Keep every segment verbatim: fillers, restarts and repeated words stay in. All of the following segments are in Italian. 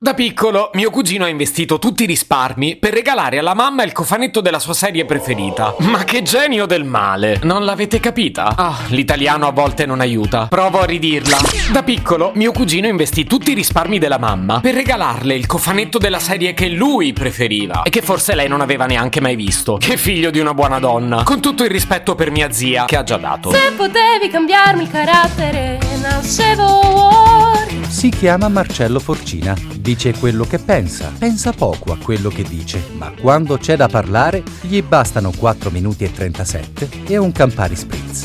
Da piccolo, mio cugino ha investito tutti i risparmi per regalare alla mamma il cofanetto della sua serie preferita. Ma che genio del male! Non l'avete capita? Ah, l'italiano a volte non aiuta. Provo a ridirla. Da piccolo, mio cugino investì tutti i risparmi della mamma per regalarle il cofanetto della serie che lui preferiva e che forse lei non aveva neanche mai visto. Che figlio di una buona donna. Con tutto il rispetto per mia zia, che ha già dato. Se potevi cambiarmi il carattere, nascevo. Si chiama Marcello Forcina. Dice quello che pensa, pensa poco a quello che dice, ma quando c'è da parlare gli bastano quattro minuti e trentasette e un Campari Spritz.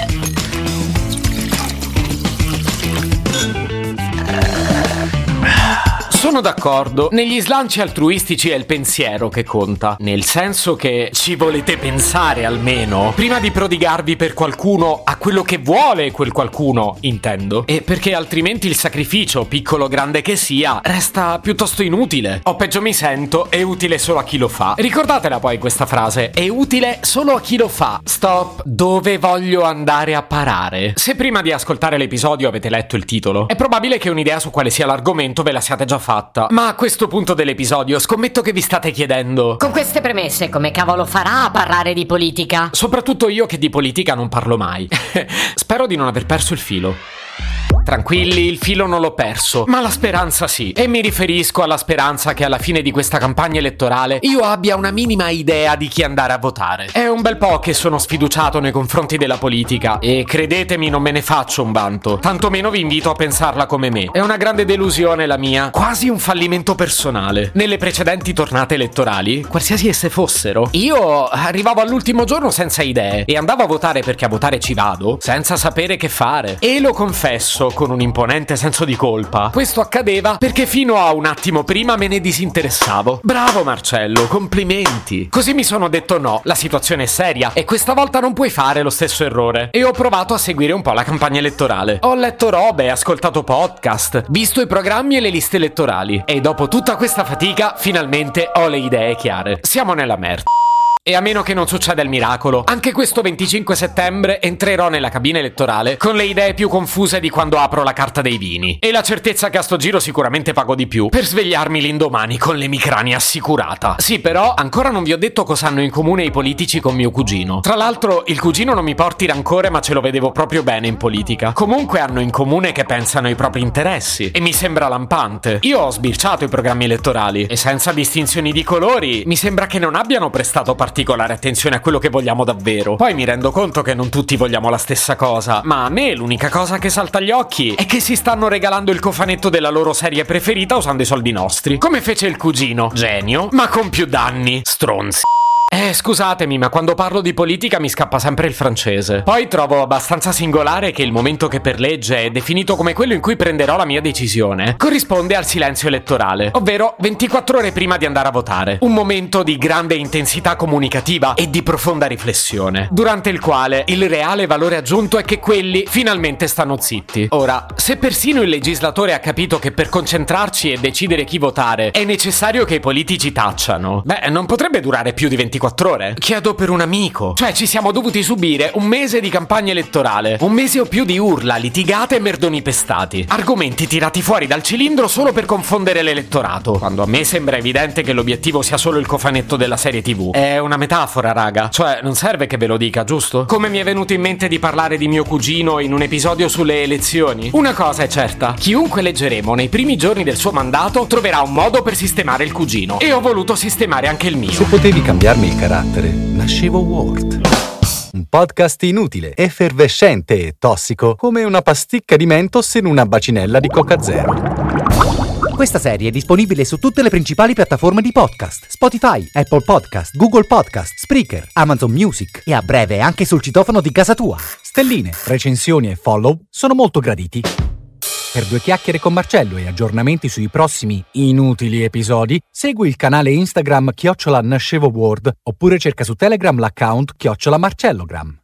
Sono d'accordo, negli slanci altruistici è il pensiero che conta, nel senso che ci volete pensare almeno, prima di prodigarvi per qualcuno a quello che vuole quel qualcuno, intendo, e perché altrimenti il sacrificio, piccolo o grande che sia, resta piuttosto inutile, o peggio mi sento, è utile solo a chi lo fa. Ricordatela poi questa frase, è utile solo a chi lo fa. Stop, dove voglio andare a parare? Se prima di ascoltare l'episodio avete letto il titolo, è probabile che un'idea su quale sia l'argomento ve la siate già fatta. Ma a questo punto dell'episodio scommetto che vi state chiedendo: con queste premesse come cavolo farà a parlare di politica? Soprattutto io che di politica non parlo mai. Spero di non aver perso il filo. Tranquilli, il filo non l'ho perso, ma la speranza sì. E mi riferisco alla speranza che alla fine di questa campagna elettorale io abbia una minima idea di chi andare a votare. È un bel po' che sono sfiduciato nei confronti della politica e credetemi non me ne faccio un vanto. Tantomeno vi invito a pensarla come me. È una grande delusione la mia, quasi un fallimento personale. Nelle precedenti tornate elettorali, qualsiasi esse fossero, io arrivavo all'ultimo giorno senza idee e andavo a votare perché a votare ci vado, senza sapere che fare. E lo confesso con un imponente senso di colpa, questo accadeva perché fino a un attimo prima me ne disinteressavo. Bravo Marcello, complimenti. Così mi sono detto no, la situazione è seria e questa volta non puoi fare lo stesso errore. E ho provato a seguire un po' la campagna elettorale. Ho letto robe, ascoltato podcast, visto i programmi e le liste elettorali e dopo tutta questa fatica finalmente ho le idee chiare. Siamo nella merda. E a meno che non succeda il miracolo, anche questo venticinque settembre entrerò nella cabina elettorale con le idee più confuse di quando apro la carta dei vini. E la certezza che a sto giro sicuramente pago di più, per svegliarmi l'indomani con l'emicrania assicurata. Sì, però ancora non vi ho detto cosa hanno in comune i politici con mio cugino. Tra l'altro, il cugino non mi porti rancore, ma ce lo vedevo proprio bene in politica. Comunque hanno in comune che pensano ai propri interessi. E mi sembra lampante. Io ho sbirciato i programmi elettorali e senza distinzioni di colori, mi sembra che non abbiano prestato particolare particolare attenzione a quello che vogliamo davvero. Poi mi rendo conto che non tutti vogliamo la stessa cosa, ma a me l'unica cosa che salta agli occhi è che si stanno regalando il cofanetto della loro serie preferita usando i soldi nostri, come fece il cugino, genio, ma con più danni, stronzi. Eh, scusatemi, ma quando parlo di politica mi scappa sempre il francese. Poi trovo abbastanza singolare che il momento che per legge è definito come quello in cui prenderò la mia decisione corrisponde al silenzio elettorale, ovvero ventiquattro ore prima di andare a votare. Un momento di grande intensità comunicativa e di profonda riflessione, durante il quale il reale valore aggiunto è che quelli finalmente stanno zitti. Ora, se persino il legislatore ha capito che per concentrarci e decidere chi votare è necessario che i politici tacciano, beh, non potrebbe durare più di ventiquattro ore? Chiedo per un amico. Cioè ci siamo dovuti subire un mese di campagna elettorale, un mese o più di urla, litigate e merdoni pestati, argomenti tirati fuori dal cilindro solo per confondere l'elettorato, quando a me sembra evidente che l'obiettivo sia solo il cofanetto della serie tivù. È una metafora, raga, cioè non serve che ve lo dica, giusto? Come mi è venuto in mente di parlare di mio cugino in un episodio sulle elezioni. Una cosa è certa, chiunque eleggeremo nei primi giorni del suo mandato troverà un modo per sistemare il cugino, e ho voluto sistemare anche il mio. Se potevi cambiarmi il carattere, nascevo Word. Un podcast inutile, effervescente e tossico, come una pasticca di Mentos in una bacinella di Coca Zero. Questa serie è disponibile su tutte le principali piattaforme di podcast: Spotify, Apple Podcast, Google Podcast, Spreaker, Amazon Music e a breve anche sul citofono di casa tua. Stelline, recensioni e follow sono molto graditi. Per due chiacchiere con Marcello e aggiornamenti sui prossimi inutili episodi, segui il canale Instagram chiocciola Nascevo Word oppure cerca su Telegram l'account chiocciola Marcellogram.